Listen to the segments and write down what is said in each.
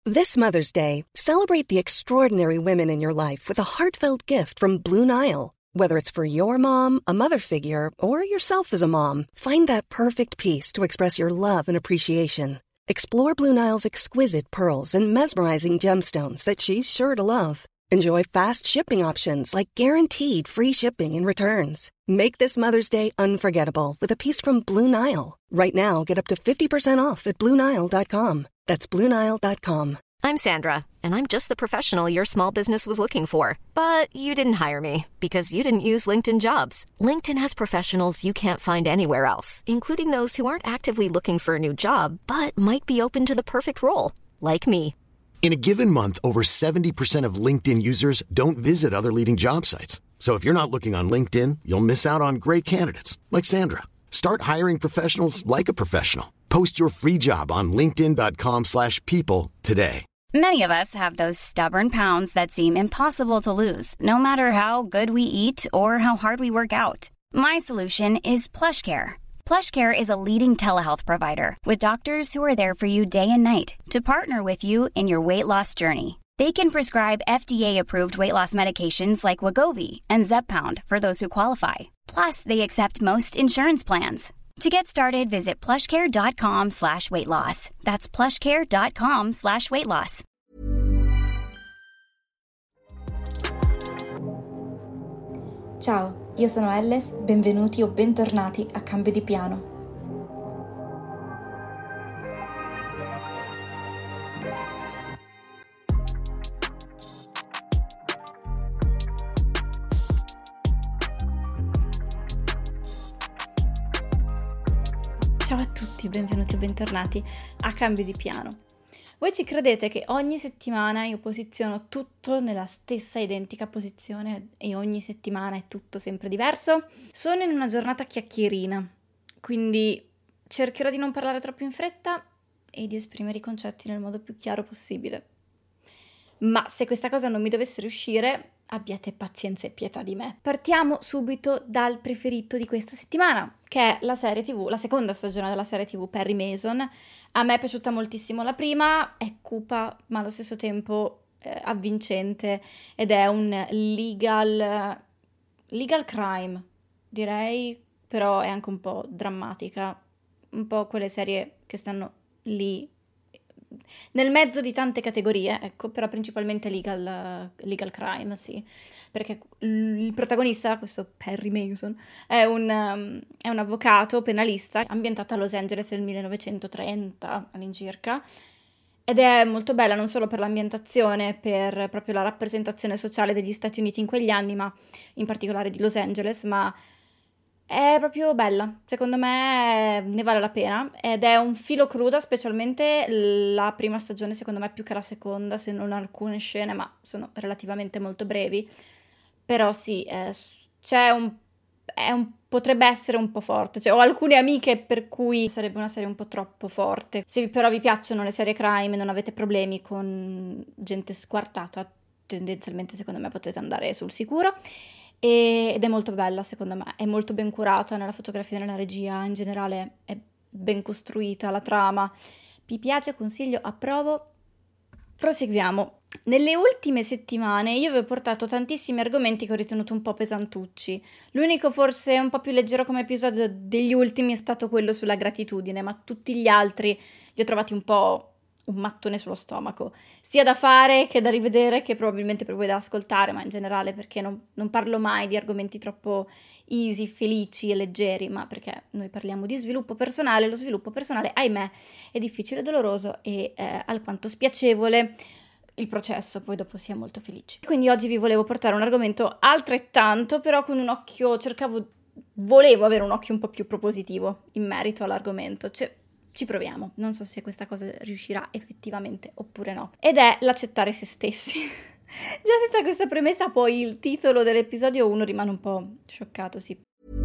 This Mother's Day, celebrate the extraordinary women in your life with a heartfelt gift from Blue Nile. Whether it's for your mom, a mother figure, or yourself as a mom, find that perfect piece to express your love and appreciation. Explore Blue Nile's exquisite pearls and mesmerizing gemstones that she's sure to love. Enjoy fast shipping options like guaranteed free shipping and returns. Make this Mother's Day unforgettable with a piece from Blue Nile. Right now, get up to 50% off at BlueNile.com. That's BlueNile.com. I'm Sandra, and I'm just the professional your small business was looking for. But you didn't hire me because you didn't use LinkedIn Jobs. LinkedIn has professionals you can't find anywhere else, including those who aren't actively looking for a new job, but might be open to the perfect role, like me. In a given month, over 70% of LinkedIn users don't visit other leading job sites. So if you're not looking on LinkedIn, you'll miss out on great candidates like Sandra. Start hiring professionals like a professional. Post your free job on linkedin.com/people today. Many of us have those stubborn pounds that seem impossible to lose, no matter how good we eat or how hard we work out. My solution is PlushCare. PlushCare is a leading telehealth provider with doctors who are there for you day and night to partner with you in your weight loss journey. They can prescribe FDA-approved weight loss medications like Wegovy and Zepbound for those who qualify. Plus, they accept most insurance plans. To get started, visit plushcare.com/weightloss. That's plushcare.com/weightloss. Ciao, io sono Elles, benvenuti o bentornati a Cambio di Piano. Ciao a tutti, benvenuti o bentornati a Cambio di Piano. Voi ci credete che ogni settimana io posiziono tutto nella stessa identica posizione e ogni settimana è tutto sempre diverso? Sono in una giornata chiacchierina, quindi cercherò di non parlare troppo in fretta e di esprimere i concetti nel modo più chiaro possibile. Ma se questa cosa non mi dovesse riuscire, abbiate pazienza e pietà di me. Partiamo subito dal preferito di questa settimana, che è la serie TV, la seconda stagione della serie TV Perry Mason. A me è piaciuta moltissimo la prima, è cupa ma allo stesso tempo avvincente ed è un legal crime, direi, però è anche un po' drammatica, un po' quelle serie che stanno lì nel mezzo di tante categorie, ecco, però principalmente legal crime, sì, perché il protagonista, questo Perry Mason, è un avvocato penalista ambientato a Los Angeles nel 1930 all'incirca, ed è molto bella non solo per l'ambientazione, per proprio la rappresentazione sociale degli Stati Uniti in quegli anni, ma in particolare di Los Angeles, ma è proprio bella, secondo me ne vale la pena ed è un filo cruda, specialmente la prima stagione secondo me più che la seconda, se non alcune scene, ma sono relativamente molto brevi, però sì, potrebbe essere un po' forte, cioè ho alcune amiche per cui sarebbe una serie un po' troppo forte. Se però vi piacciono le serie crime e non avete problemi con gente squartata, tendenzialmente secondo me potete andare sul sicuro. Ed è molto bella, secondo me, è molto ben curata nella fotografia e nella regia, in generale è ben costruita la trama, mi piace, consiglio, approvo. Proseguiamo. Nelle ultime settimane io vi ho portato tantissimi argomenti che ho ritenuto un po' pesantucci. L'unico forse un po' più leggero come episodio degli ultimi è stato quello sulla gratitudine, ma tutti gli altri li ho trovati un po' un mattone sullo stomaco, sia da fare che da rivedere, che probabilmente per voi da ascoltare, ma in generale perché non parlo mai di argomenti troppo easy, felici e leggeri, ma perché noi parliamo di sviluppo personale. Lo sviluppo personale, ahimè, è difficile, doloroso e alquanto spiacevole il processo, poi dopo si è molto felici. Quindi oggi vi volevo portare un argomento altrettanto, però con un occhio, volevo avere un occhio un po' più propositivo in merito all'argomento, ci proviamo, non so se questa cosa riuscirà effettivamente oppure no. Ed è l'accettare se stessi. Già senza questa premessa poi il titolo dell'episodio uno rimane un po' scioccato, sì.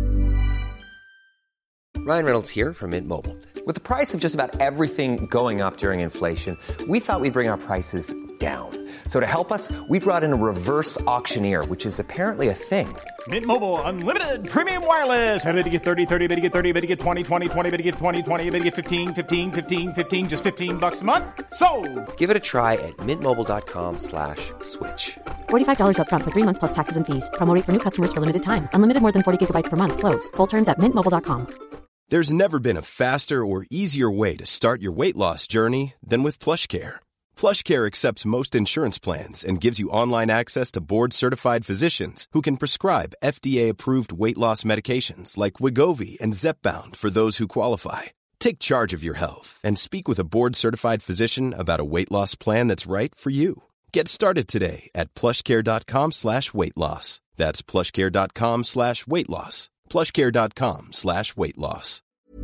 Ryan Reynolds here from Mint Mobile. With the price of just about everything going up during inflation, we thought we'd bring our prices down. So to help us, we brought in a reverse auctioneer, which is apparently a thing. Mint Mobile Unlimited Premium Wireless. How to get 30, 30, how to get 30, how to get 20, 20, 20, how to get 20, 20, how to get 15, 15, 15, 15, just $15 a month? Sold! Give it a try at mintmobile.com/switch. $45 up front for 3 months plus taxes and fees. Promo rate for new customers for limited time. Unlimited more than 40 gigabytes per month slows. Full terms at mintmobile.com. There's never been a faster or easier way to start your weight loss journey than with PlushCare. PlushCare accepts most insurance plans and gives you online access to board-certified physicians who can prescribe FDA-approved weight loss medications like Wegovy and Zepbound for those who qualify. Take charge of your health and speak with a board-certified physician about a weight loss plan that's right for you. Get started today at plushcare.com/weight loss. That's plushcare.com/weight loss. plushcare.com/weight loss.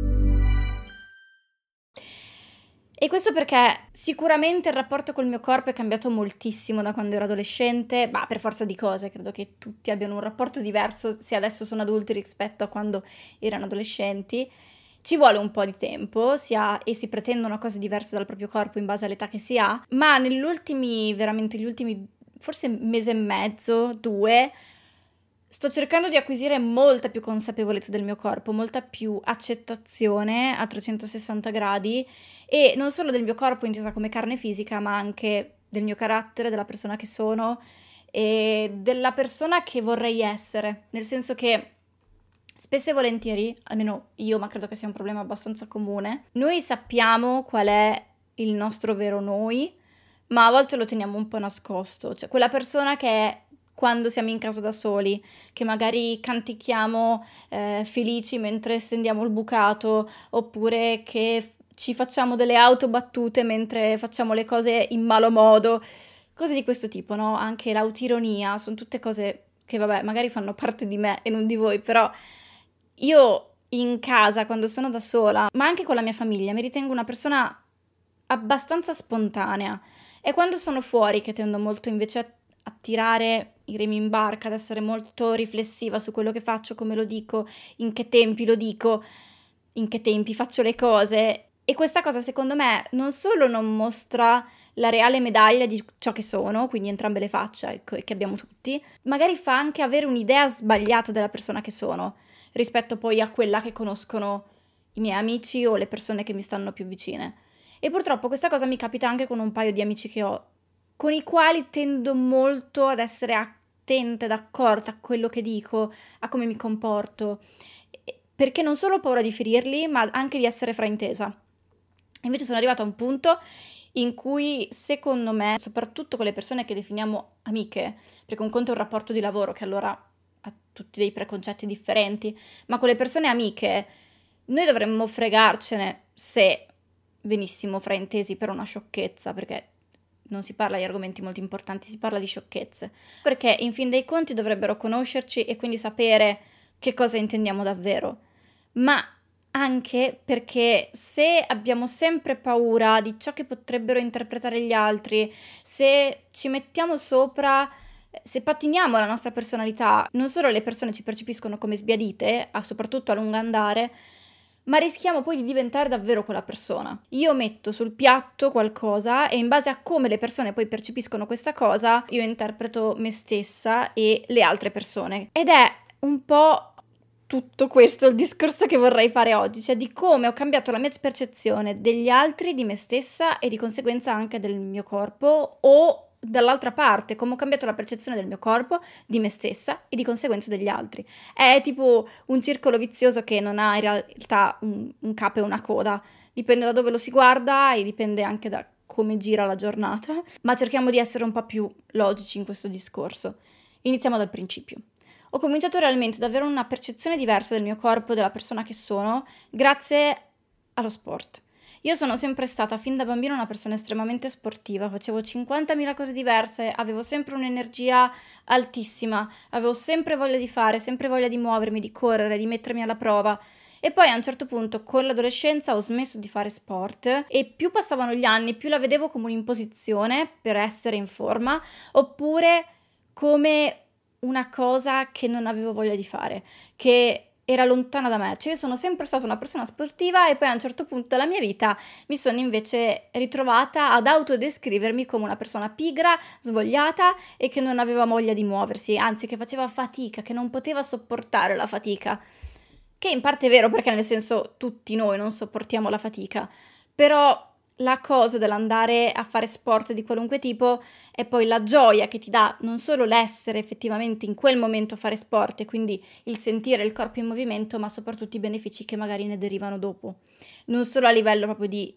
E questo perché sicuramente il rapporto col mio corpo è cambiato moltissimo da quando ero adolescente, ma per forza di cose, credo che tutti abbiano un rapporto diverso se adesso sono adulti rispetto a quando erano adolescenti. Ci vuole un po' di tempo, si pretendono cose diverse dal proprio corpo in base all'età che si ha, ma gli ultimi forse mese e mezzo, 2, sto cercando di acquisire molta più consapevolezza del mio corpo, molta più accettazione a 360 gradi e non solo del mio corpo intesa come carne fisica, ma anche del mio carattere, della persona che sono e della persona che vorrei essere, nel senso che spesso e volentieri, almeno io, ma credo che sia un problema abbastanza comune, noi sappiamo qual è il nostro vero noi, ma a volte lo teniamo un po' nascosto, cioè quella persona che è quando siamo in casa da soli, che magari cantichiamo felici mentre stendiamo il bucato, oppure che ci facciamo delle autobattute mentre facciamo le cose in malo modo, cose di questo tipo, no? Anche l'autironia, sono tutte cose che, vabbè, magari fanno parte di me e non di voi, però io in casa, quando sono da sola, ma anche con la mia famiglia, mi ritengo una persona abbastanza spontanea. E quando sono fuori, che tendo molto invece a tirare i remi in barca, ad essere molto riflessiva su quello che faccio, come lo dico, in che tempi lo dico, in che tempi faccio le cose. E questa cosa, secondo me, non solo non mostra la reale medaglia di ciò che sono, quindi entrambe le facce che abbiamo tutti, magari fa anche avere un'idea sbagliata della persona che sono, rispetto poi a quella che conoscono i miei amici o le persone che mi stanno più vicine. E purtroppo questa cosa mi capita anche con un paio di amici che ho, con i quali tendo molto ad essere attenta ed accorta a quello che dico, a come mi comporto, perché non solo ho paura di ferirli, ma anche di essere fraintesa. Invece sono arrivata a un punto in cui, secondo me, soprattutto con le persone che definiamo amiche, perché un conto è un rapporto di lavoro che allora ha tutti dei preconcetti differenti, ma con le persone amiche noi dovremmo fregarcene se venissimo fraintesi per una sciocchezza, perché non si parla di argomenti molto importanti, si parla di sciocchezze, perché in fin dei conti dovrebbero conoscerci e quindi sapere che cosa intendiamo davvero, ma anche perché se abbiamo sempre paura di ciò che potrebbero interpretare gli altri, se ci mettiamo sopra, se pattiniamo la nostra personalità, non solo le persone ci percepiscono come sbiadite, soprattutto a lungo andare, ma rischiamo poi di diventare davvero quella persona. Io metto sul piatto qualcosa e in base a come le persone poi percepiscono questa cosa, io interpreto me stessa e le altre persone. Ed è un po' tutto questo il discorso che vorrei fare oggi, cioè di come ho cambiato la mia percezione degli altri, di me stessa e di conseguenza anche del mio corpo, o dall'altra parte, come ho cambiato la percezione del mio corpo, di me stessa e di conseguenza degli altri. È tipo un circolo vizioso che non ha in realtà un capo e una coda, dipende da dove lo si guarda e dipende anche da come gira la giornata, ma cerchiamo di essere un po' più logici in questo discorso. Iniziamo dal principio. Ho cominciato realmente ad avere una percezione diversa del mio corpo, della persona che sono, grazie allo sport. Io sono sempre stata fin da bambina una persona estremamente sportiva, facevo 50.000 cose diverse, avevo sempre un'energia altissima, avevo sempre voglia di fare, sempre voglia di muovermi, di correre, di mettermi alla prova. E poi a un certo punto con l'adolescenza ho smesso di fare sport e più passavano gli anni, più la vedevo come un'imposizione per essere in forma, oppure come una cosa che non avevo voglia di fare, che era lontana da me, cioè io sono sempre stata una persona sportiva e poi a un certo punto della mia vita mi sono invece ritrovata ad autodescrivermi come una persona pigra, svogliata e che non aveva voglia di muoversi, anzi che faceva fatica, che non poteva sopportare la fatica, che in parte è vero perché nel senso tutti noi non sopportiamo la fatica, però la cosa dell'andare a fare sport di qualunque tipo è poi la gioia che ti dà non solo l'essere effettivamente in quel momento a fare sport e quindi il sentire il corpo in movimento, ma soprattutto i benefici che magari ne derivano dopo. Non solo a livello proprio di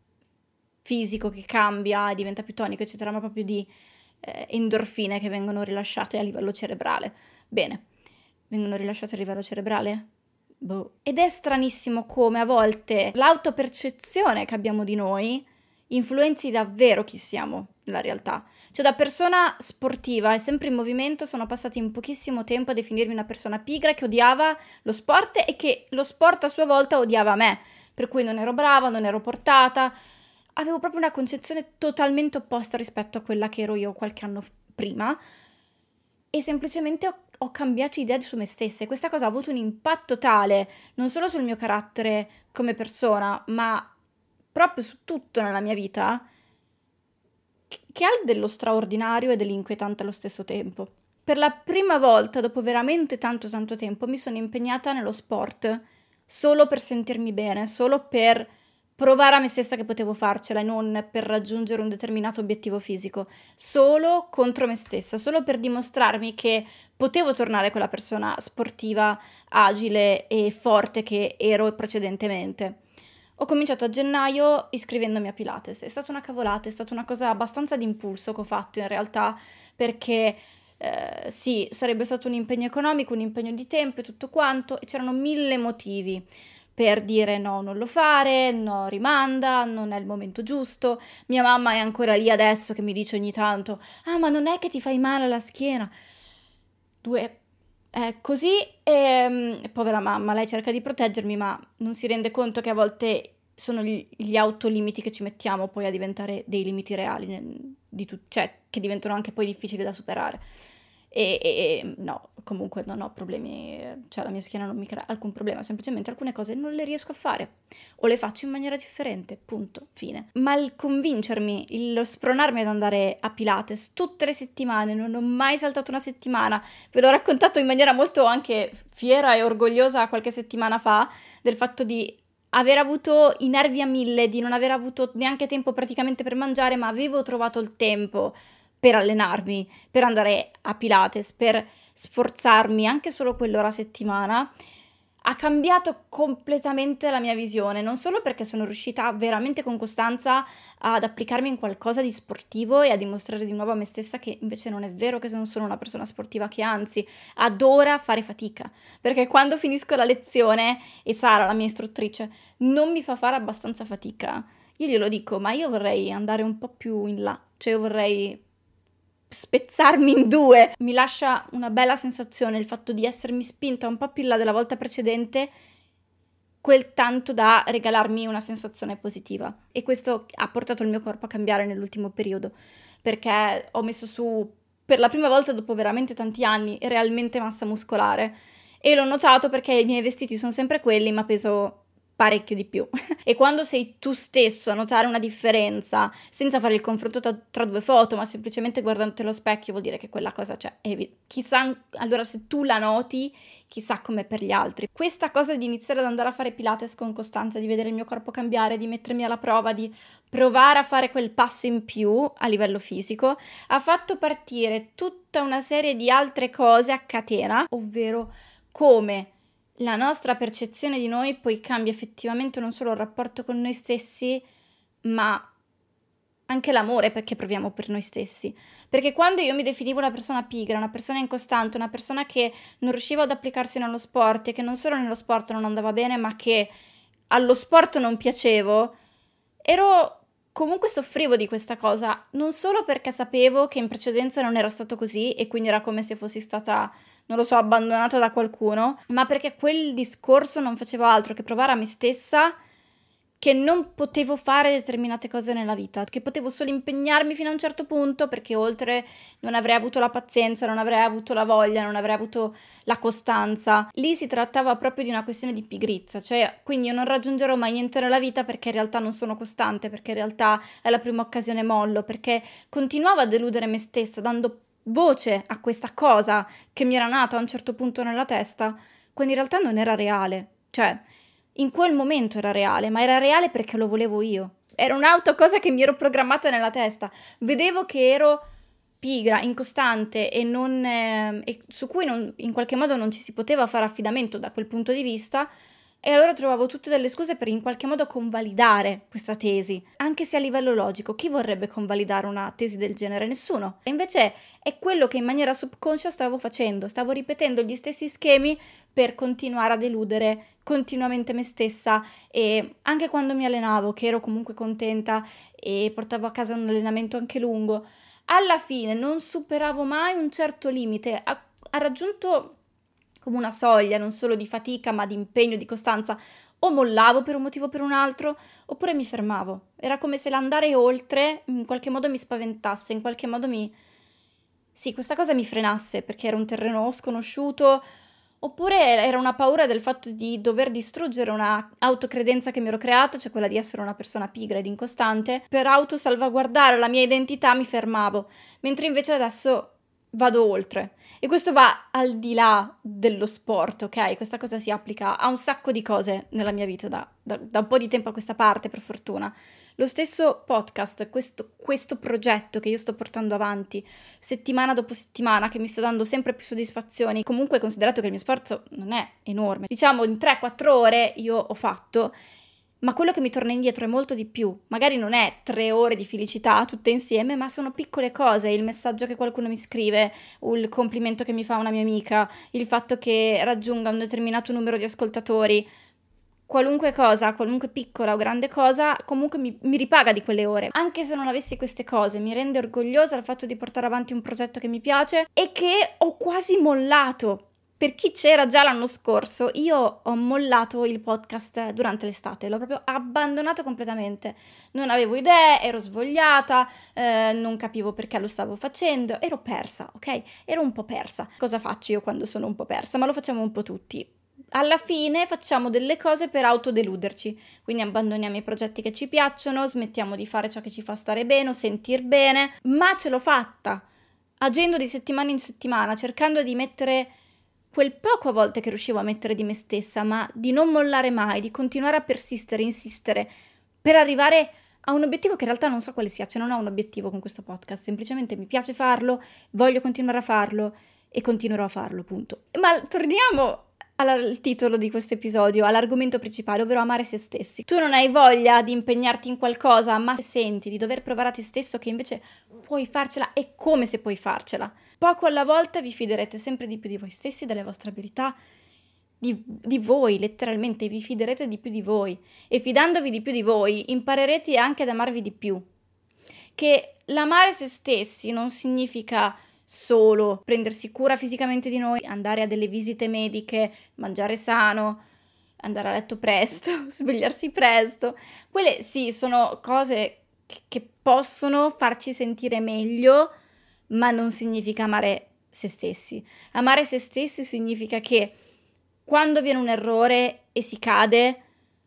fisico che cambia, diventa più tonico, eccetera, ma proprio di endorfine che vengono rilasciate a livello cerebrale. Bene, vengono rilasciate a livello cerebrale? Boh. Ed è stranissimo come a volte l'autopercezione che abbiamo di noi influenzi davvero chi siamo nella realtà. Cioè da persona sportiva e sempre in movimento sono passati in pochissimo tempo a definirmi una persona pigra che odiava lo sport e che lo sport a sua volta odiava me, per cui non ero brava, non ero portata, avevo proprio una concezione totalmente opposta rispetto a quella che ero io qualche anno prima e semplicemente ho cambiato idea su me stessa e questa cosa ha avuto un impatto tale non solo sul mio carattere come persona, ma proprio su tutto nella mia vita, che ha dello straordinario e dell'inquietante allo stesso tempo. Per la prima volta, dopo veramente tanto tempo, mi sono impegnata nello sport solo per sentirmi bene, solo per provare a me stessa che potevo farcela e non per raggiungere un determinato obiettivo fisico, solo contro me stessa, solo per dimostrarmi che potevo tornare quella persona sportiva, agile e forte che ero precedentemente. Ho cominciato a gennaio iscrivendomi a Pilates, è stata una cavolata, è stata una cosa abbastanza d'impulso che ho fatto in realtà, perché sì, sarebbe stato un impegno economico, un impegno di tempo e tutto quanto, e c'erano 1000 motivi per dire no, non lo fare, no, rimanda, non è il momento giusto. Mia mamma è ancora lì adesso che mi dice ogni tanto: ah, ma non è che ti fai male alla schiena? Così, povera mamma, lei cerca di proteggermi, ma non si rende conto che a volte sono gli autolimiti che ci mettiamo poi a diventare dei limiti reali, cioè che diventano anche poi difficili da superare. E no, comunque non ho problemi, cioè la mia schiena non mi crea alcun problema, semplicemente alcune cose non le riesco a fare o le faccio in maniera differente, punto, fine. Ma il convincermi, lo spronarmi ad andare a Pilates tutte le settimane, non ho mai saltato una settimana, ve l'ho raccontato in maniera molto anche fiera e orgogliosa qualche settimana fa, del fatto di aver avuto i nervi a 1000, di non aver avuto neanche tempo praticamente per mangiare, ma avevo trovato il tempo per allenarmi, per andare a Pilates, per sforzarmi anche solo quell'ora a settimana, ha cambiato completamente la mia visione, non solo perché sono riuscita veramente con costanza ad applicarmi in qualcosa di sportivo e a dimostrare di nuovo a me stessa che invece non è vero che non sono una persona sportiva, che anzi adora fare fatica, perché quando finisco la lezione e Sara, la mia istruttrice, non mi fa fare abbastanza fatica, io glielo dico, ma io vorrei andare un po' più in là, cioè io vorrei spezzarmi in due. Mi lascia una bella sensazione il fatto di essermi spinta un po' più in là della volta precedente, quel tanto da regalarmi una sensazione positiva, e questo ha portato il mio corpo a cambiare nell'ultimo periodo, perché ho messo su per la prima volta dopo veramente tanti anni realmente massa muscolare, e l'ho notato perché i miei vestiti sono sempre quelli ma peso parecchio di più. E quando sei tu stesso a notare una differenza senza fare il confronto tra due foto, ma semplicemente guardandoti allo specchio, vuol dire che quella cosa c'è. Chissà, allora se tu la noti, chissà com'è per gli altri. Questa cosa di iniziare ad andare a fare Pilates con costanza, di vedere il mio corpo cambiare, di mettermi alla prova, di provare a fare quel passo in più a livello fisico, ha fatto partire tutta una serie di altre cose a catena, ovvero come la nostra percezione di noi poi cambia effettivamente non solo il rapporto con noi stessi, ma anche l'amore perché proviamo per noi stessi. Perché quando io mi definivo una persona pigra, una persona incostante, una persona che non riusciva ad applicarsi nello sport e che non solo nello sport non andava bene, ma che allo sport non piacevo, comunque soffrivo di questa cosa, non solo perché sapevo che in precedenza non era stato così e quindi era come se fossi stata, non lo so, abbandonata da qualcuno, ma perché quel discorso non faceva altro che provare a me stessa che non potevo fare determinate cose nella vita, che potevo solo impegnarmi fino a un certo punto, perché oltre non avrei avuto la pazienza, non avrei avuto la voglia, non avrei avuto la costanza. Lì si trattava proprio di una questione di pigrizia, cioè quindi io non raggiungerò mai niente nella vita perché in realtà non sono costante, perché in realtà è la prima occasione mollo, perché continuavo a deludere me stessa, dando voce a questa cosa che mi era nata a un certo punto nella testa, quando in realtà non era reale. Cioè, in quel momento era reale, ma era reale perché lo volevo io. Era un'auto cosa che mi ero programmata nella testa. Vedevo che ero pigra, incostante e su cui in qualche modo non ci si poteva fare affidamento da quel punto di vista, e allora trovavo tutte delle scuse per in qualche modo convalidare questa tesi, anche se a livello logico chi vorrebbe convalidare una tesi del genere? Nessuno. E invece è quello che in maniera subconscia stavo facendo, stavo ripetendo gli stessi schemi per continuare a deludere continuamente me stessa, e anche quando mi allenavo, che ero comunque contenta e portavo a casa un allenamento anche lungo, alla fine non superavo mai un certo limite, ha raggiunto come una soglia non solo di fatica ma di impegno, di costanza. O mollavo per un motivo o per un altro, oppure mi fermavo. Era come se l'andare oltre in qualche modo mi spaventasse, in qualche modo sì, questa cosa mi frenasse perché era un terreno sconosciuto, oppure era una paura del fatto di dover distruggere una autocredenza che mi ero creata, cioè quella di essere una persona pigra ed incostante. Per autosalvaguardare la mia identità mi fermavo, mentre invece adesso vado oltre. E questo va al di là dello sport, ok? Questa cosa si applica a un sacco di cose nella mia vita da un po' di tempo a questa parte, per fortuna. Lo stesso podcast, questo progetto che io sto portando avanti settimana dopo settimana, che mi sta dando sempre più soddisfazioni, comunque considerato che il mio sforzo non è enorme. Diciamo in 3-4 ore io ho fatto, ma quello che mi torna indietro è molto di più. Magari non è 3 ore di felicità tutte insieme, ma sono piccole cose, il messaggio che qualcuno mi scrive, o il complimento che mi fa una mia amica, il fatto che raggiunga un determinato numero di ascoltatori. Qualunque cosa, qualunque piccola o grande cosa, comunque mi ripaga di quelle ore. Anche se non avessi queste cose, mi rende orgogliosa il fatto di portare avanti un progetto che mi piace e che ho quasi mollato. Per chi c'era già l'anno scorso, io ho mollato il podcast durante l'estate, l'ho proprio abbandonato completamente. Non avevo idee, ero svogliata, non capivo perché lo stavo facendo, ero persa, ok? Ero un po' persa. Cosa faccio io quando sono un po' persa? Ma lo facciamo un po' tutti. Alla fine facciamo delle cose per autodeluderci, quindi abbandoniamo i progetti che ci piacciono, smettiamo di fare ciò che ci fa stare bene o sentir bene, ma ce l'ho fatta, agendo di settimana in settimana, cercando di mettere quel poco a volte che riuscivo a mettere di me stessa, ma di non mollare mai, di continuare a persistere, insistere, per arrivare a un obiettivo che in realtà non so quale sia, cioè non ho un obiettivo con questo podcast, semplicemente mi piace farlo, voglio continuare a farlo e continuerò a farlo, punto. Ma torniamo al titolo di questo episodio, all'argomento principale, ovvero amare se stessi. Tu non hai voglia di impegnarti in qualcosa, ma senti di dover provare a te stesso che invece puoi farcela, e come se puoi farcela. Poco alla volta vi fiderete sempre di più di voi stessi, delle vostre abilità, di voi, letteralmente, vi fiderete di più di voi. E fidandovi di più di voi, imparerete anche ad amarvi di più. Che l'amare se stessi non significa solo prendersi cura fisicamente di noi, andare a delle visite mediche, mangiare sano, andare a letto presto, svegliarsi presto. Quelle sì, sono cose che possono farci sentire meglio, ma non significa amare se stessi. Amare se stessi significa che quando viene un errore e si cade,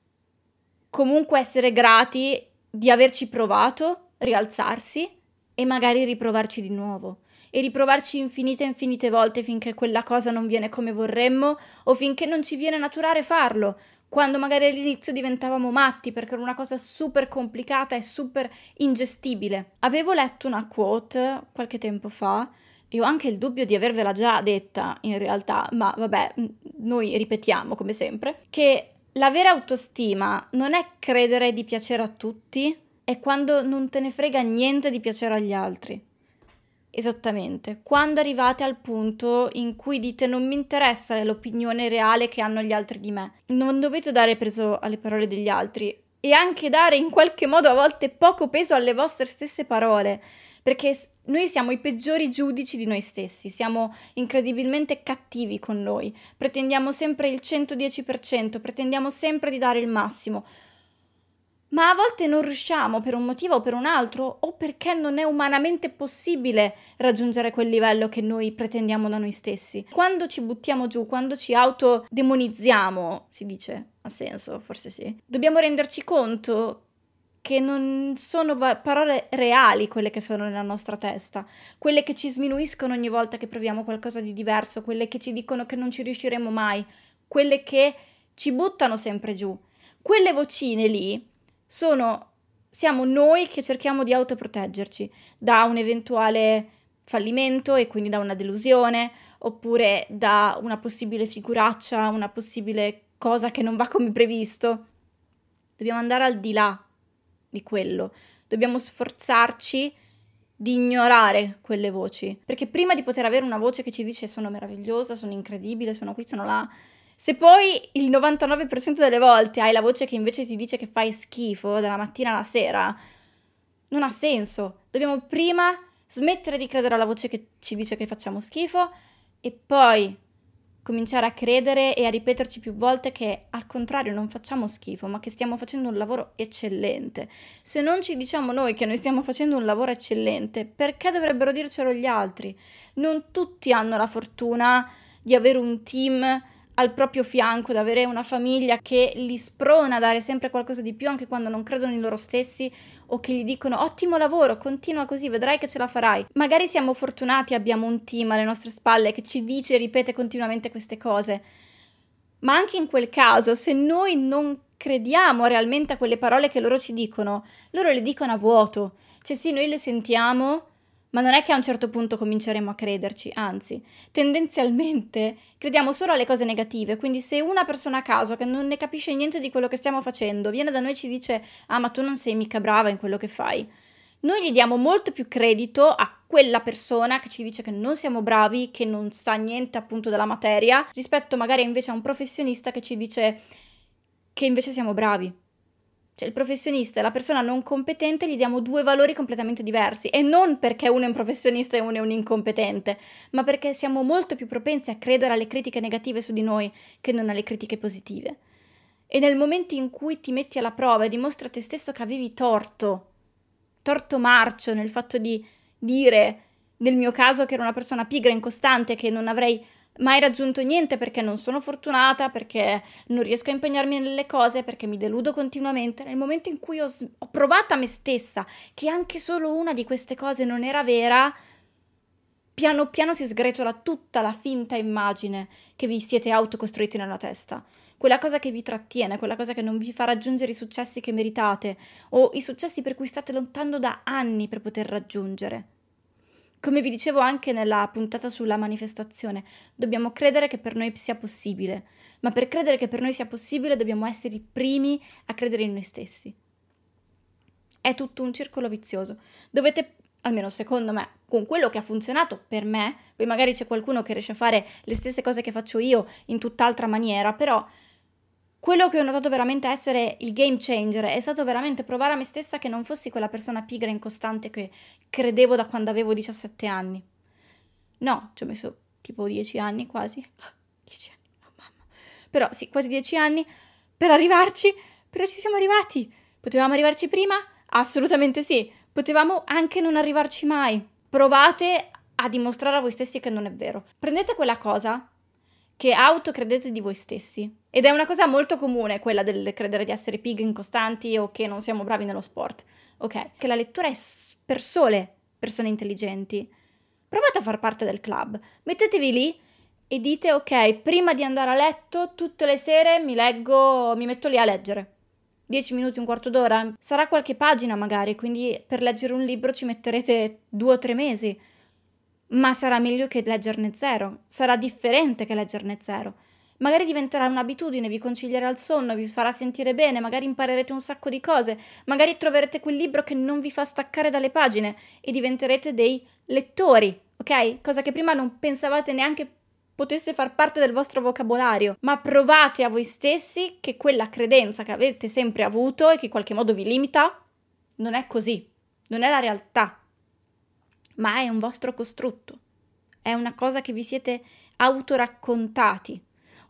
comunque essere grati di averci provato, rialzarsi e magari riprovarci di nuovo. E riprovarci infinite volte finché quella cosa non viene come vorremmo o finché non ci viene naturale farlo, quando magari all'inizio diventavamo matti perché era una cosa super complicata e super ingestibile. Avevo letto una quote qualche tempo fa e ho anche il dubbio di avervela già detta in realtà, ma vabbè, noi ripetiamo come sempre, che la vera autostima non è credere di piacere a tutti, è quando non te ne frega niente di piacere agli altri. Esattamente, quando arrivate al punto in cui dite non mi interessa l'opinione reale che hanno gli altri di me, non dovete dare peso alle parole degli altri e anche dare in qualche modo a volte poco peso alle vostre stesse parole, perché noi siamo i peggiori giudici di noi stessi, siamo incredibilmente cattivi con noi, pretendiamo sempre il 110%, pretendiamo sempre di dare il massimo. ma a volte non riusciamo per un motivo o per un altro, o perché non è umanamente possibile raggiungere quel livello che noi pretendiamo da noi stessi. Quando ci buttiamo giù, quando ci autodemonizziamo, si dice, ha senso, forse sì, dobbiamo renderci conto che non sono parole reali quelle che sono nella nostra testa, quelle che ci sminuiscono ogni volta che proviamo qualcosa di diverso, quelle che ci dicono che non ci riusciremo mai, quelle che ci buttano sempre giù. Quelle vocine lì siamo noi che cerchiamo di autoproteggerci da un eventuale fallimento e quindi da una delusione, oppure da una possibile figuraccia, una possibile cosa che non va come previsto. Dobbiamo andare al di là di quello, dobbiamo sforzarci di ignorare quelle voci, perché prima di poter avere una voce che ci dice sono meravigliosa, sono incredibile, sono qui, sono là, se poi il 99% delle volte hai la voce che invece ti dice che fai schifo dalla mattina alla sera, non ha senso. Dobbiamo prima smettere di credere alla voce che ci dice che facciamo schifo e poi cominciare a credere e a ripeterci più volte che al contrario non facciamo schifo, ma che stiamo facendo un lavoro eccellente. Se non ci diciamo noi che noi stiamo facendo un lavoro eccellente, perché dovrebbero dircelo gli altri? Non tutti hanno la fortuna di avere un team al proprio fianco, di avere una famiglia che li sprona a dare sempre qualcosa di più anche quando non credono in loro stessi o che gli dicono ottimo lavoro, continua così, vedrai che ce la farai. Magari siamo fortunati, abbiamo un team alle nostre spalle che ci dice e ripete continuamente queste cose, ma anche in quel caso, se noi non crediamo realmente a quelle parole che loro ci dicono, loro le dicono a vuoto. Cioè sì, noi le sentiamo, ma non è che a un certo punto cominceremo a crederci, anzi, tendenzialmente crediamo solo alle cose negative, quindi se una persona a caso che non ne capisce niente di quello che stiamo facendo viene da noi e ci dice «Ah, ma tu non sei mica brava in quello che fai», noi gli diamo molto più credito a quella persona che ci dice che non siamo bravi, che non sa niente appunto della materia, rispetto magari invece a un professionista che ci dice che invece siamo bravi. Cioè il professionista e la persona non competente gli diamo due valori completamente diversi e non perché uno è un professionista e uno è un incompetente, ma perché siamo molto più propensi a credere alle critiche negative su di noi che non alle critiche positive. E nel momento in cui ti metti alla prova e dimostri a te stesso che avevi torto marcio nel fatto di dire, nel mio caso, che ero una persona pigra, incostante, che non avrei mai raggiunto niente perché non sono fortunata, perché non riesco a impegnarmi nelle cose, perché mi deludo continuamente. Nel momento in cui ho provato a me stessa che anche solo una di queste cose non era vera, piano piano si sgretola tutta la finta immagine che vi siete autocostruiti nella testa. Quella cosa che vi trattiene, quella cosa che non vi fa raggiungere i successi che meritate o i successi per cui state lottando da anni per poter raggiungere. Come vi dicevo anche nella puntata sulla manifestazione, dobbiamo credere che per noi sia possibile, ma per credere che per noi sia possibile dobbiamo essere i primi a credere in noi stessi. È tutto un circolo vizioso. Dovete, almeno secondo me, con quello che ha funzionato per me, poi magari c'è qualcuno che riesce a fare le stesse cose che faccio io in tutt'altra maniera, però quello che ho notato veramente essere il game changer è stato veramente provare a me stessa che non fossi quella persona pigra e incostante che credevo da quando avevo 17 anni. No, ci ho messo tipo 10 anni quasi. 10 anni, oh mamma. Però sì, quasi 10 anni per arrivarci, però ci siamo arrivati. Potevamo arrivarci prima? Assolutamente sì. Potevamo anche non arrivarci mai. Provate a dimostrare a voi stessi che non è vero. Prendete quella cosa che autocredete di voi stessi. Ed è una cosa molto comune quella del credere di essere pigri, incostanti o che non siamo bravi nello sport. Ok? Che la lettura è per sole persone intelligenti. Provate a far parte del club. Mettetevi lì e dite ok, prima di andare a letto tutte le sere mi metto lì a leggere. 10 minuti, un quarto d'ora. Sarà qualche pagina magari, quindi per leggere un libro ci metterete 2 o 3 mesi. Ma sarà meglio che leggerne 0, sarà differente che leggerne 0. Magari diventerà un'abitudine, vi concilierà il sonno, vi farà sentire bene, magari imparerete un sacco di cose, magari troverete quel libro che non vi fa staccare dalle pagine e diventerete dei lettori, ok? Cosa che prima non pensavate neanche potesse far parte del vostro vocabolario. Ma provate a voi stessi che quella credenza che avete sempre avuto e che in qualche modo vi limita, non è così, non è la realtà. Ma è un vostro costrutto, è una cosa che vi siete autoraccontati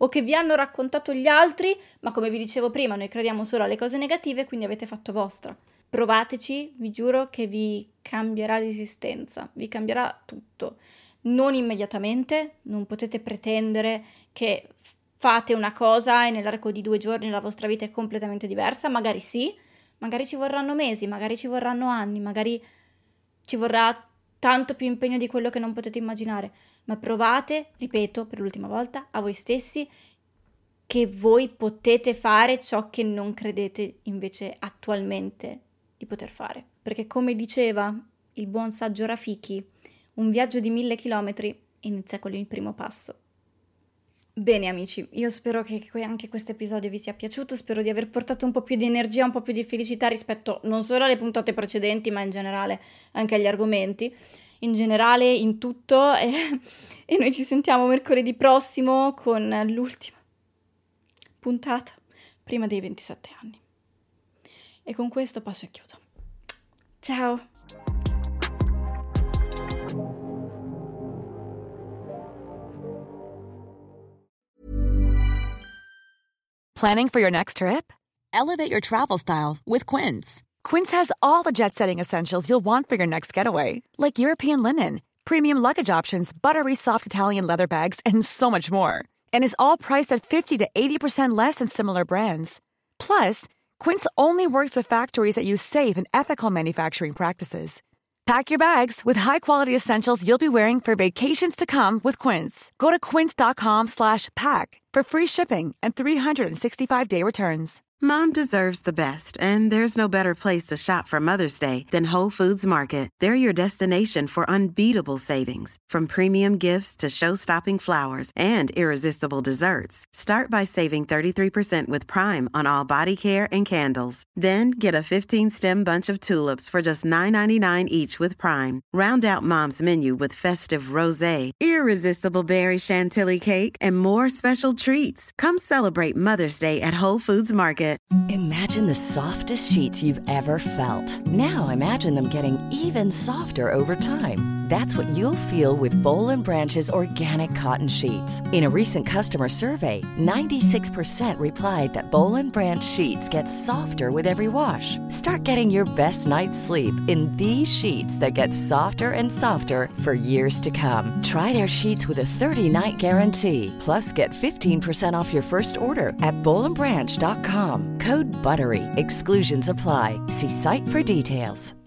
o che vi hanno raccontato gli altri, ma come vi dicevo prima, noi crediamo solo alle cose negative, quindi avete fatto vostra. Provateci, vi giuro che vi cambierà l'esistenza, vi cambierà tutto. Non immediatamente, non potete pretendere che fate una cosa e nell'arco di 2 giorni la vostra vita è completamente diversa, magari sì, magari ci vorranno mesi, magari ci vorranno anni, magari ci vorrà tanto più impegno di quello che non potete immaginare, ma provate, ripeto per l'ultima volta, a voi stessi che voi potete fare ciò che non credete invece attualmente di poter fare. Perché come diceva il buon saggio Rafiki, un viaggio di 1000 chilometri inizia con il primo passo. Bene amici, io spero che anche questo episodio vi sia piaciuto, spero di aver portato un po' più di energia, un po' più di felicità rispetto non solo alle puntate precedenti, ma in generale anche agli argomenti, in generale in tutto, e noi ci sentiamo mercoledì prossimo con l'ultima puntata prima dei 27 anni. E con questo passo e chiudo. Ciao! Planning for your next trip? Elevate your travel style with Quince. Quince has all the jet-setting essentials you'll want for your next getaway, like European linen, premium luggage options, buttery soft Italian leather bags, and so much more. And is all priced at 50 to 80% less than similar brands. Plus, Quince only works with factories that use safe and ethical manufacturing practices. Pack your bags with high-quality essentials you'll be wearing for vacations to come with Quince. Go to quince.com/pack for free shipping and 365-day returns. Mom deserves the best, and there's no better place to shop for Mother's Day than Whole Foods Market. They're your destination for unbeatable savings, from premium gifts to show-stopping flowers and irresistible desserts. Start by saving 33% with Prime on all body care and candles. Then get a 15-stem bunch of tulips for just $9.99 each with Prime. Round out Mom's menu with festive rosé, irresistible berry chantilly cake, and more special treats. Come celebrate Mother's Day at Whole Foods Market. Imagine the softest sheets you've ever felt. Now imagine them getting even softer over time. That's what you'll feel with Boll & Branch's organic cotton sheets. In a recent customer survey, 96% replied that Boll & Branch sheets get softer with every wash. Start getting your best night's sleep in these sheets that get softer and softer for years to come. Try their sheets with a 30-night guarantee. Plus, get 15% off your first order at bollandbranch.com. Code BUTTERY. Exclusions apply. See site for details.